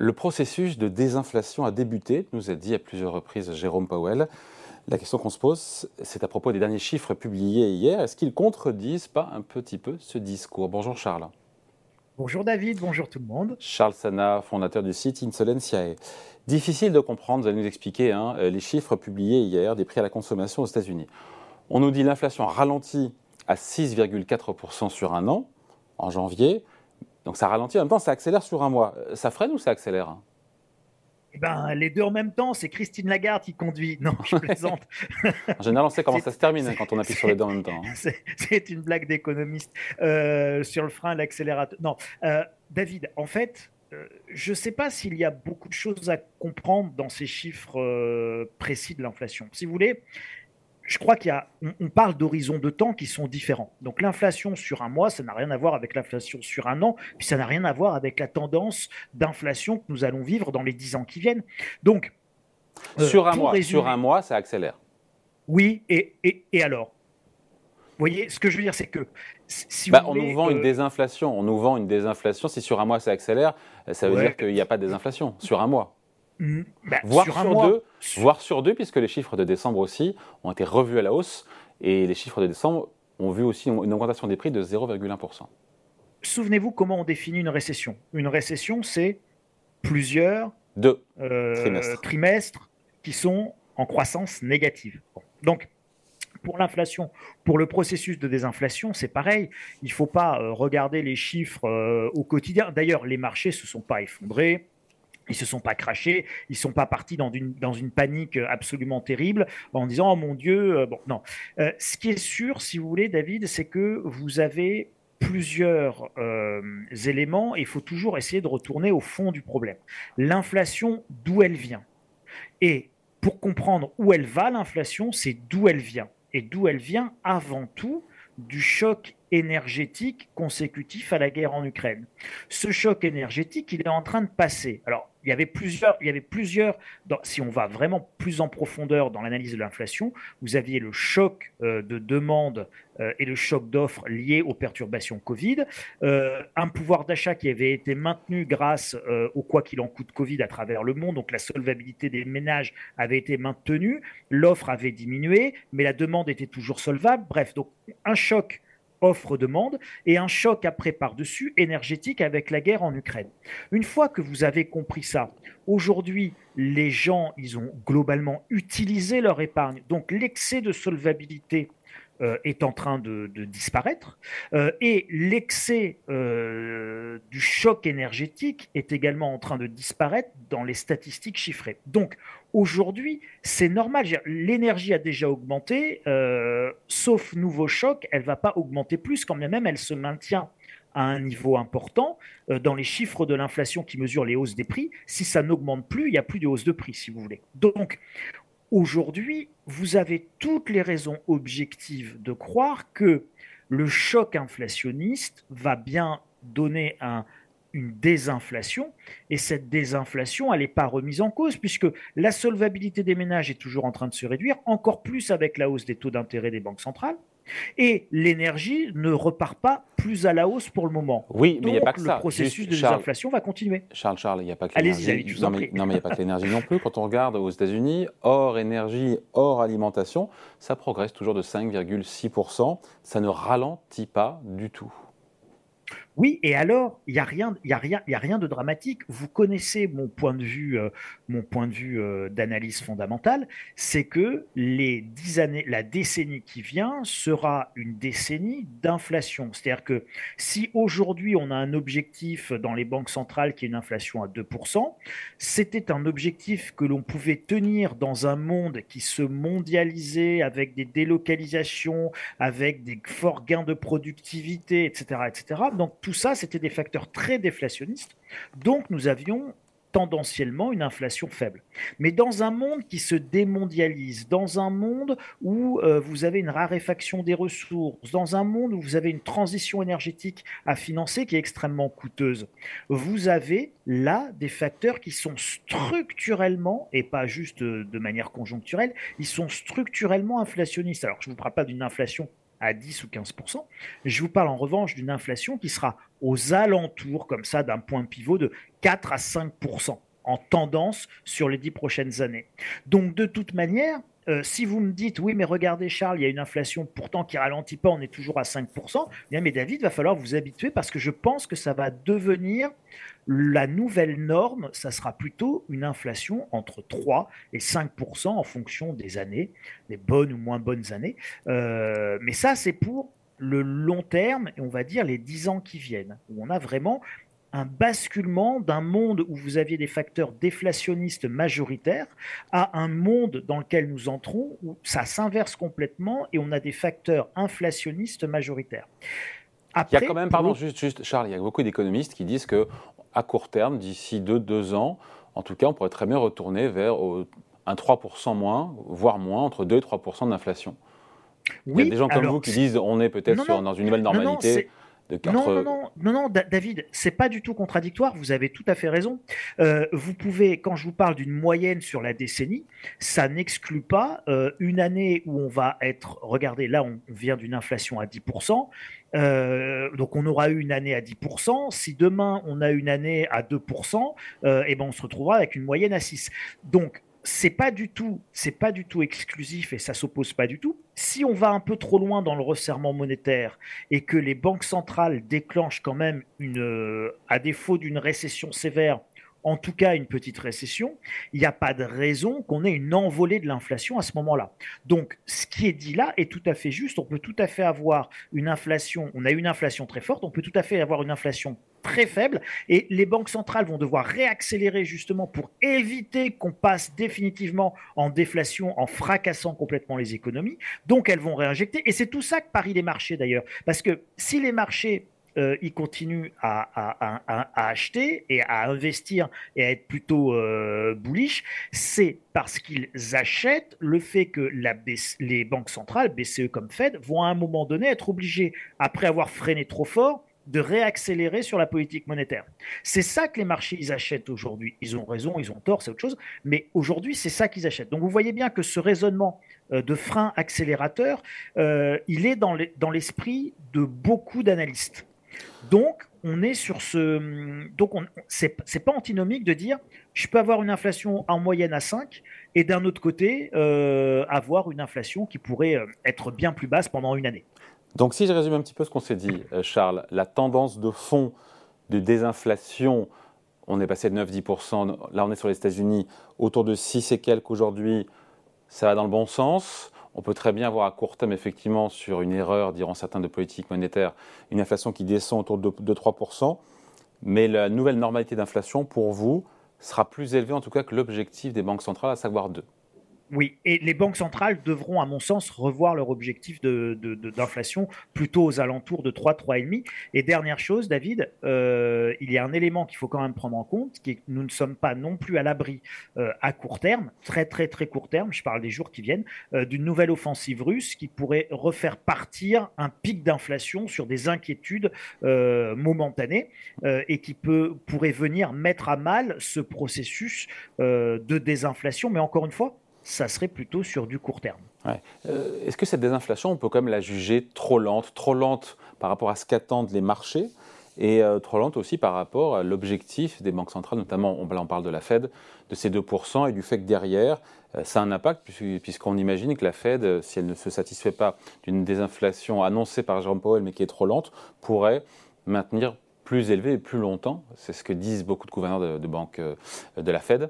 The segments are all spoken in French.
Le processus de désinflation a débuté, nous a dit à plusieurs reprises Jérôme Powell. La question qu'on se pose, c'est à propos des derniers chiffres publiés hier. Est-ce qu'ils contredisent pas un petit peu ce discours? Bonjour Charles. Bonjour David, bonjour tout le monde. Charles Sana, fondateur du site Insolenciae. Difficile de comprendre, vous allez nous expliquer, les chiffres publiés hier des prix à la consommation aux États-Unis. On nous dit l'inflation ralentit à 6,4% sur un an, en janvier. Donc ça ralentit, en même temps ça accélère sur un mois. Ça freine ou ça accélère? Eh ben, les deux en même temps, c'est Christine Lagarde qui conduit. Non, je plaisante. En général, on sait comment ça se termine quand on appuie sur les deux en même temps. C'est une blague d'économiste sur le frein, l'accélérateur. Non, David, en fait, je ne sais pas s'il y a beaucoup de choses à comprendre dans ces chiffres précis de l'inflation. Si vous voulez, je crois on parle d'horizons de temps qui sont différents. Donc l'inflation sur un mois, ça n'a rien à voir avec l'inflation sur un an, puis ça n'a rien à voir avec la tendance d'inflation que nous allons vivre dans les 10 ans qui viennent. Donc, sur un mois, ça accélère. Oui, et alors? Vous voyez, ce que je veux dire, c'est que si on nous vend une désinflation. On nous vend une désinflation. Si sur un mois ça accélère, ça veut dire qu'il n'y a pas de désinflation sur un mois. Voire sur deux, puisque les chiffres de décembre aussi ont été revus à la hausse. Et les chiffres de décembre ont vu aussi une augmentation des prix de 0,1%. Souvenez-vous comment on définit une récession. Une récession, c'est plusieurs trimestres qui sont en croissance négative. Bon. Donc, pour l'inflation, pour le processus de désinflation, c'est pareil. Il ne faut pas regarder les chiffres au quotidien. D'ailleurs, les marchés ne se sont pas effondrés. Ils ne se sont pas crachés, ils ne sont pas partis dans une panique absolument terrible en disant « Oh mon Dieu !» Bon, non. Ce qui est sûr, si vous voulez, David, c'est que vous avez plusieurs éléments et il faut toujours essayer de retourner au fond du problème. L'inflation, d'où elle vient? Et pour comprendre où elle va, l'inflation, c'est d'où elle vient. Et d'où elle vient avant tout du choc énergétique consécutif à la guerre en Ukraine. Ce choc énergétique, il est en train de passer. Alors, il y avait plusieurs si on va vraiment plus en profondeur dans l'analyse de l'inflation, vous aviez le choc de demande et le choc d'offres liés aux perturbations Covid, un pouvoir d'achat qui avait été maintenu grâce au quoi qu'il en coûte Covid à travers le monde, donc la solvabilité des ménages avait été maintenue, l'offre avait diminué, mais la demande était toujours solvable. Bref, donc un choc offre-demande et un choc après par-dessus énergétique avec la guerre en Ukraine. Une fois que vous avez compris ça, aujourd'hui, les gens, ils ont globalement utilisé leur épargne. Donc l'excès de solvabilité est en train de disparaître et l'excès du choc énergétique est également en train de disparaître dans les statistiques chiffrées. Donc aujourd'hui, c'est normal. L'énergie a déjà augmenté, sauf nouveau choc, elle ne va pas augmenter plus quand bien même elle se maintient à un niveau important dans les chiffres de l'inflation qui mesurent les hausses des prix. Si ça n'augmente plus, il n'y a plus de hausse de prix, si vous voulez. Donc, aujourd'hui, vous avez toutes les raisons objectives de croire que le choc inflationniste va bien donner une désinflation, et cette désinflation, elle n'est pas remise en cause, puisque la solvabilité des ménages est toujours en train de se réduire, encore plus avec la hausse des taux d'intérêt des banques centrales, et l'énergie ne repart pas plus à la hausse pour le moment. Oui, mais il n'y a pas que le ça. processus de désinflation va continuer. Charles, il n'y a pas que l'énergie. Allez-y, je vous en prie. Non, mais il n'y a pas que l'énergie non plus. Quand on regarde aux États-Unis, hors énergie, hors alimentation, ça progresse toujours de 5,6%. Ça ne ralentit pas du tout. Oui, et alors, il n'y a rien de dramatique. Vous connaissez mon point de vue, d'analyse fondamentale, c'est que la décennie qui vient sera une décennie d'inflation. C'est-à-dire que si aujourd'hui on a un objectif dans les banques centrales qui est une inflation à 2%, c'était un objectif que l'on pouvait tenir dans un monde qui se mondialisait avec des délocalisations, avec des forts gains de productivité, etc., etc. Donc tout ça, c'était des facteurs très déflationnistes. Donc, nous avions tendanciellement une inflation faible. Mais dans un monde qui se démondialise, dans un monde où vous avez une raréfaction des ressources, dans un monde où vous avez une transition énergétique à financer qui est extrêmement coûteuse, vous avez là des facteurs qui sont structurellement, et pas juste de manière conjoncturelle, ils sont structurellement inflationnistes. Alors, je ne vous parle pas d'une inflation à 10 ou 15%. Je vous parle en revanche d'une inflation qui sera aux alentours, comme ça, d'un point pivot de 4 à 5% en tendance sur les 10 prochaines années. Donc, de toute manière, si vous me dites, oui, mais regardez, Charles, il y a une inflation pourtant qui ralentit pas, on est toujours à 5%, bien, mais David, il va falloir vous habituer parce que je pense que ça va devenir la nouvelle norme, ça sera plutôt une inflation entre 3 et 5% en fonction des années, des bonnes ou moins bonnes années. Mais ça, c'est pour le long terme, et on va dire les 10 ans qui viennent, où on a vraiment un basculement d'un monde où vous aviez des facteurs déflationnistes majoritaires à un monde dans lequel nous entrons où ça s'inverse complètement et on a des facteurs inflationnistes majoritaires. Après, il y a quand même, pardon, juste Charles, il y a beaucoup d'économistes qui disent que à court terme, d'ici 2 ans, en tout cas, on pourrait très bien retourner vers un 3% moins, voire moins, entre 2 et 3% d'inflation. Oui, il y a des gens comme vous qui disent on est peut-être dans une nouvelle normalité. Non, David, c'est pas du tout contradictoire. Vous avez tout à fait raison. Vous pouvez, quand je vous parle d'une moyenne sur la décennie, ça n'exclut pas une année où on va être. Regardez, là, on vient d'une inflation à 10%. Donc, on aura eu une année à 10%. Si demain, on a une année à 2%, eh ben, on se retrouvera avec une moyenne à 6%. Donc, c'est pas du tout exclusif et ça s'oppose pas du tout. Si on va un peu trop loin dans le resserrement monétaire et que les banques centrales déclenchent quand même à défaut d'une récession sévère, en tout cas une petite récession, il n'y a pas de raison qu'on ait une envolée de l'inflation à ce moment-là. Donc, ce qui est dit là est tout à fait juste. On peut tout à fait avoir une inflation, on a une inflation très forte, on peut tout à fait avoir une inflation très faible et les banques centrales vont devoir réaccélérer justement pour éviter qu'on passe définitivement en déflation en fracassant complètement les économies. Donc, elles vont réinjecter et c'est tout ça que parient les marchés d'ailleurs. Parce que si les marchés ils continuent à acheter et à investir et à être plutôt bullish, c'est parce qu'ils achètent le fait que les banques centrales, BCE comme Fed, vont à un moment donné être obligées, après avoir freiné trop fort, de réaccélérer sur la politique monétaire. C'est ça que les marchés ils achètent aujourd'hui. Ils ont raison, ils ont tort, c'est autre chose, mais aujourd'hui c'est ça qu'ils achètent. Donc vous voyez bien que ce raisonnement de frein accélérateur, il est dans l'esprit de beaucoup d'analystes. Donc, on est sur ce. Donc, c'est pas antinomique de dire je peux avoir une inflation en moyenne à 5 et d'un autre côté, avoir une inflation qui pourrait être bien plus basse pendant une année. Donc, si je résume un petit peu ce qu'on s'est dit, Charles, la tendance de fond de désinflation, on est passé de 9-10%, là on est sur les États-Unis, autour de 6 et quelques aujourd'hui, ça va dans le bon sens. On peut très bien avoir à court terme, effectivement, sur une erreur, diront certains, de politique monétaire, une inflation qui descend autour de 3%. Mais la nouvelle normalité d'inflation, pour vous, sera plus élevée en tout cas que l'objectif des banques centrales, à savoir 2. Oui, et les banques centrales devront, à mon sens, revoir leur objectif d'inflation plutôt aux alentours de 3, 3,5. Et dernière chose, David, il y a un élément qu'il faut quand même prendre en compte, qui est que nous ne sommes pas non plus à l'abri à court terme, très très très court terme, je parle des jours qui viennent, d'une nouvelle offensive russe qui pourrait refaire partir un pic d'inflation sur des inquiétudes momentanées et qui pourrait venir mettre à mal ce processus de désinflation. Mais encore une fois, ça serait plutôt sur du court terme. Ouais. Est-ce que cette désinflation, on peut quand même la juger trop lente par rapport à ce qu'attendent les marchés et trop lente aussi par rapport à l'objectif des banques centrales, notamment, on parle de la Fed, de ces 2% et du fait que derrière, ça a un impact puisqu'on imagine que la Fed, si elle ne se satisfait pas d'une désinflation annoncée par Jérôme Powell mais qui est trop lente, pourrait maintenir plus élevé et plus longtemps, c'est ce que disent beaucoup de gouverneurs de banques de la Fed,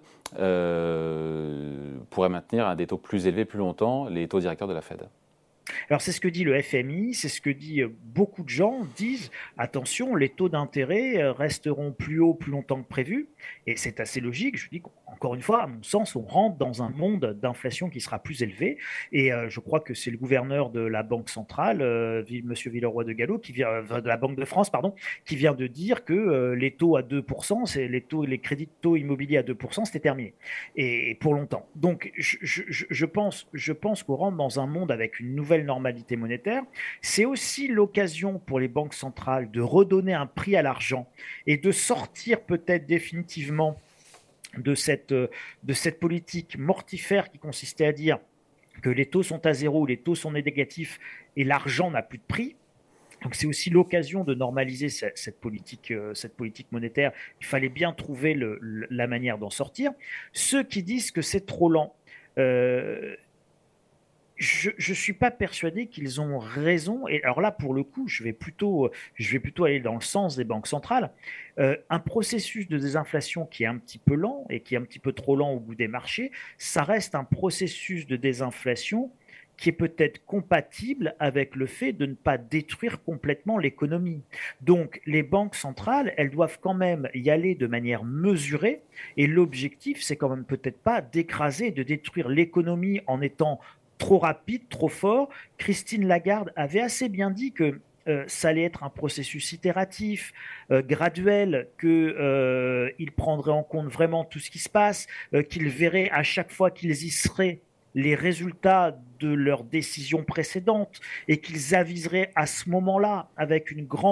pourrait maintenir des taux plus élevés plus longtemps, les taux directeurs de la Fed. Alors c'est ce que dit le FMI, c'est ce que dit beaucoup de gens, disent attention, les taux d'intérêt resteront plus hauts plus longtemps que prévu, et c'est assez logique. Je dis qu'encore une fois, à mon sens, on rentre dans un monde d'inflation qui sera plus élevé, et je crois que c'est le gouverneur de la Banque centrale, Monsieur Villeroy de Galhau, de la Banque de France, pardon, qui vient de dire que les taux à 2%, les crédits de taux immobiliers à 2%, c'était terminé, et pour longtemps. Donc je pense qu'on rentre dans un monde avec une nouvelle normalité monétaire. C'est aussi l'occasion pour les banques centrales de redonner un prix à l'argent et de sortir peut-être définitivement de cette politique mortifère qui consistait à dire que les taux sont à zéro, les taux sont négatifs et l'argent n'a plus de prix. Donc c'est aussi l'occasion de normaliser cette politique monétaire. Il fallait bien trouver la manière d'en sortir. Ceux qui disent que c'est trop lent, je ne suis pas persuadé qu'ils ont raison. Et alors là, pour le coup, je vais plutôt aller dans le sens des banques centrales. Un processus de désinflation qui est un petit peu lent et qui est un petit peu trop lent au bout des marchés, ça reste un processus de désinflation qui est peut-être compatible avec le fait de ne pas détruire complètement l'économie. Donc, les banques centrales, elles doivent quand même y aller de manière mesurée, et l'objectif, c'est quand même peut-être pas d'écraser, de détruire l'économie en étant trop rapide, trop fort. Christine Lagarde avait assez bien dit que ça allait être un processus itératif, graduel, qu'il prendrait en compte vraiment tout ce qui se passe, qu'il verrait à chaque fois qu'ils y seraient les résultats de leurs décisions précédentes et qu'ils aviseraient à ce moment-là avec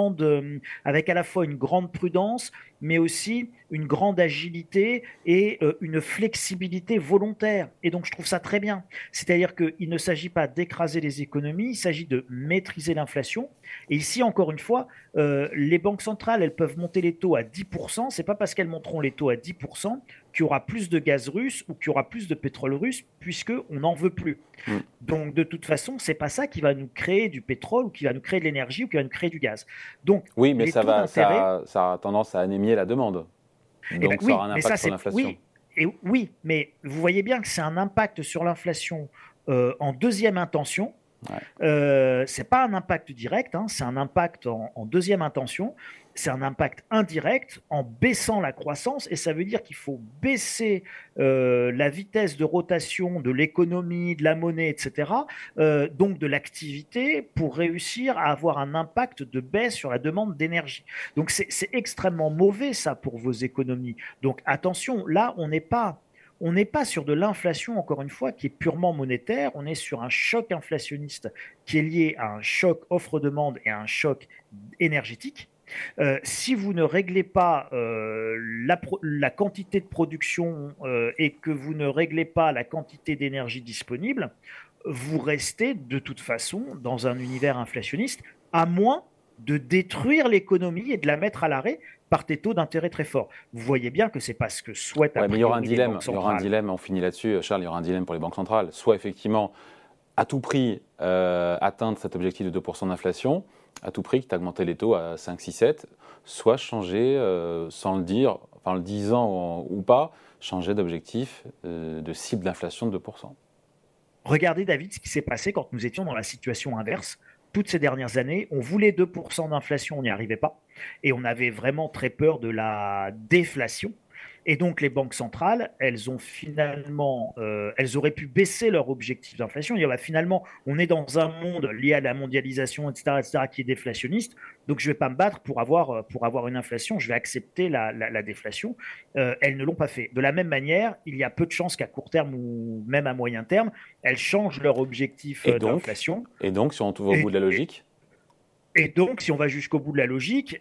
avec à la fois une grande prudence, mais aussi une grande agilité et une flexibilité volontaire. Et donc, je trouve ça très bien. C'est-à-dire qu'il ne s'agit pas d'écraser les économies, il s'agit de maîtriser l'inflation. Et ici, encore une fois, les banques centrales, elles peuvent monter les taux à 10%. C'est pas parce qu'elles monteront les taux à 10% qu'il y aura plus de gaz russe ou qu'il y aura plus de pétrole russe, puisqu'on n'en veut plus. Donc, de toute façon, c'est pas ça qui va nous créer du pétrole ou qui va nous créer de l'énergie ou qui va nous créer du gaz. Donc, oui, mais ça a tendance à anémier la demande. Donc, ça aura un impact sur l'inflation. Oui, mais vous voyez bien que c'est un impact sur l'inflation en deuxième intention. Ouais. C'est pas un impact direct, hein, c'est un impact en deuxième intention. C'est un impact indirect en baissant la croissance, et ça veut dire qu'il faut baisser la vitesse de rotation de l'économie, de la monnaie, etc., donc de l'activité, pour réussir à avoir un impact de baisse sur la demande d'énergie. Donc c'est extrêmement mauvais ça pour vos économies. Donc attention, là on n'est pas sur de l'inflation, encore une fois, qui est purement monétaire. On est sur un choc inflationniste qui est lié à un choc offre-demande et à un choc énergétique. Si vous ne réglez pas la quantité de production et que vous ne réglez pas la quantité d'énergie disponible, vous restez de toute façon dans un univers inflationniste, à moins de détruire l'économie et de la mettre à l'arrêt par des taux d'intérêt très forts. Vous voyez bien que c'est pas ce que souhaitent mais il y aura un dilemme. Il y aura un dilemme, on finit là-dessus, Charles, il y aura un dilemme pour les banques centrales. Soit effectivement, à tout prix, atteindre cet objectif de 2% d'inflation, à tout prix, quitte à augmenter les taux à 5, 6, 7, soit changer, sans le dire, enfin le disant ou pas, changer d'objectif de cible d'inflation de 2%. Regardez, David, ce qui s'est passé quand nous étions dans la situation inverse. Toutes ces dernières années, on voulait 2% d'inflation, on n'y arrivait pas. Et on avait vraiment très peur de la déflation. Et donc, les banques centrales, elles auraient pu baisser leur objectif d'inflation. Dire, finalement, on est dans un monde lié à la mondialisation, etc., qui est déflationniste. Donc, je ne vais pas me battre pour avoir une inflation. Je vais accepter la déflation. Elles ne l'ont pas fait. De la même manière, il y a peu de chances qu'à court terme ou même à moyen terme, elles changent leur objectif d'inflation. Et donc, si on va au bout de la logique Et donc, si on va jusqu'au bout de la logique,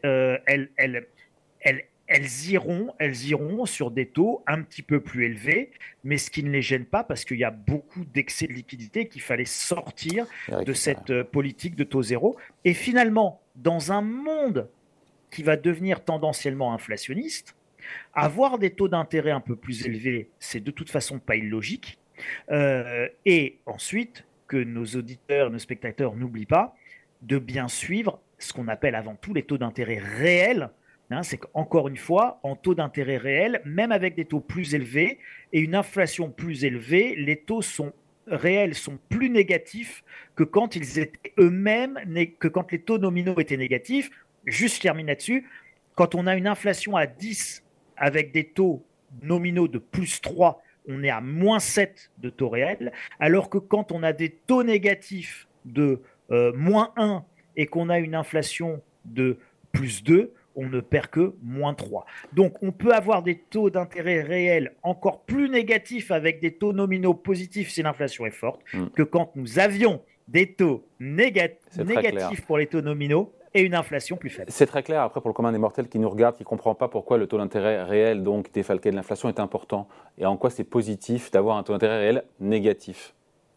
elles iront sur des taux un petit peu plus élevés, mais ce qui ne les gêne pas parce qu'il y a beaucoup d'excès de liquidité qu'il fallait sortir de cette politique de taux zéro. Et finalement, dans un monde qui va devenir tendanciellement inflationniste, avoir des taux d'intérêt un peu plus élevés, c'est de toute façon pas illogique. Et ensuite, que nos auditeurs, nos spectateurs n'oublient pas de bien suivre ce qu'on appelle avant tout les taux d'intérêt réels. C'est qu'encore une fois, en taux d'intérêt réel, même avec des taux plus élevés et une inflation plus élevée, les taux réels sont plus négatifs que quand ils étaient eux-mêmes, que quand les taux nominaux étaient négatifs. Juste, je termine là-dessus. Quand on a une inflation à 10 avec des taux nominaux de plus 3, on est à moins 7 de taux réels, alors que quand on a des taux négatifs de moins 1 et qu'on a une inflation de plus 2, on ne perd que moins 3. Donc, on peut avoir des taux d'intérêt réels encore plus négatifs avec des taux nominaux positifs si l'inflation est forte, que quand nous avions des taux négatifs pour les taux nominaux et une inflation plus faible. C'est très clair. Après, pour le commun des mortels qui nous regarde, qui ne comprend pas pourquoi le taux d'intérêt réel, donc défalqué de l'inflation, est important et en quoi c'est positif d'avoir un taux d'intérêt réel négatif.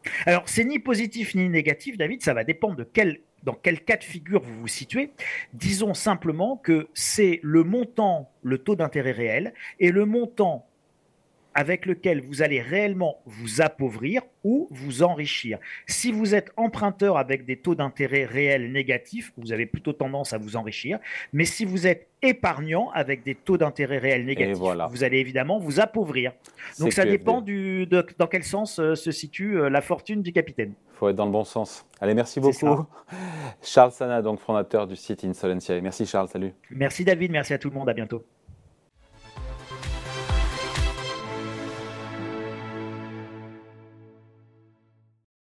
Alors, c'est ni positif ni négatif, David, ça va dépendre dans quel cas de figure vous vous situez. Disons simplement que c'est le montant, le taux d'intérêt réel, et le montant avec lequel vous allez réellement vous appauvrir ou vous enrichir. Si vous êtes emprunteur avec des taux d'intérêt réels négatifs, vous avez plutôt tendance à vous enrichir. Mais si vous êtes épargnant avec des taux d'intérêt réels négatifs, voilà. vous allez évidemment vous appauvrir. Donc ça dépend dans quel sens se situe la fortune du capitaine. Il faut être dans le bon sens. Allez, merci beaucoup. Charles Sana, donc fondateur du site Insolenciae. Merci Charles, salut. Merci David, merci à tout le monde, à bientôt.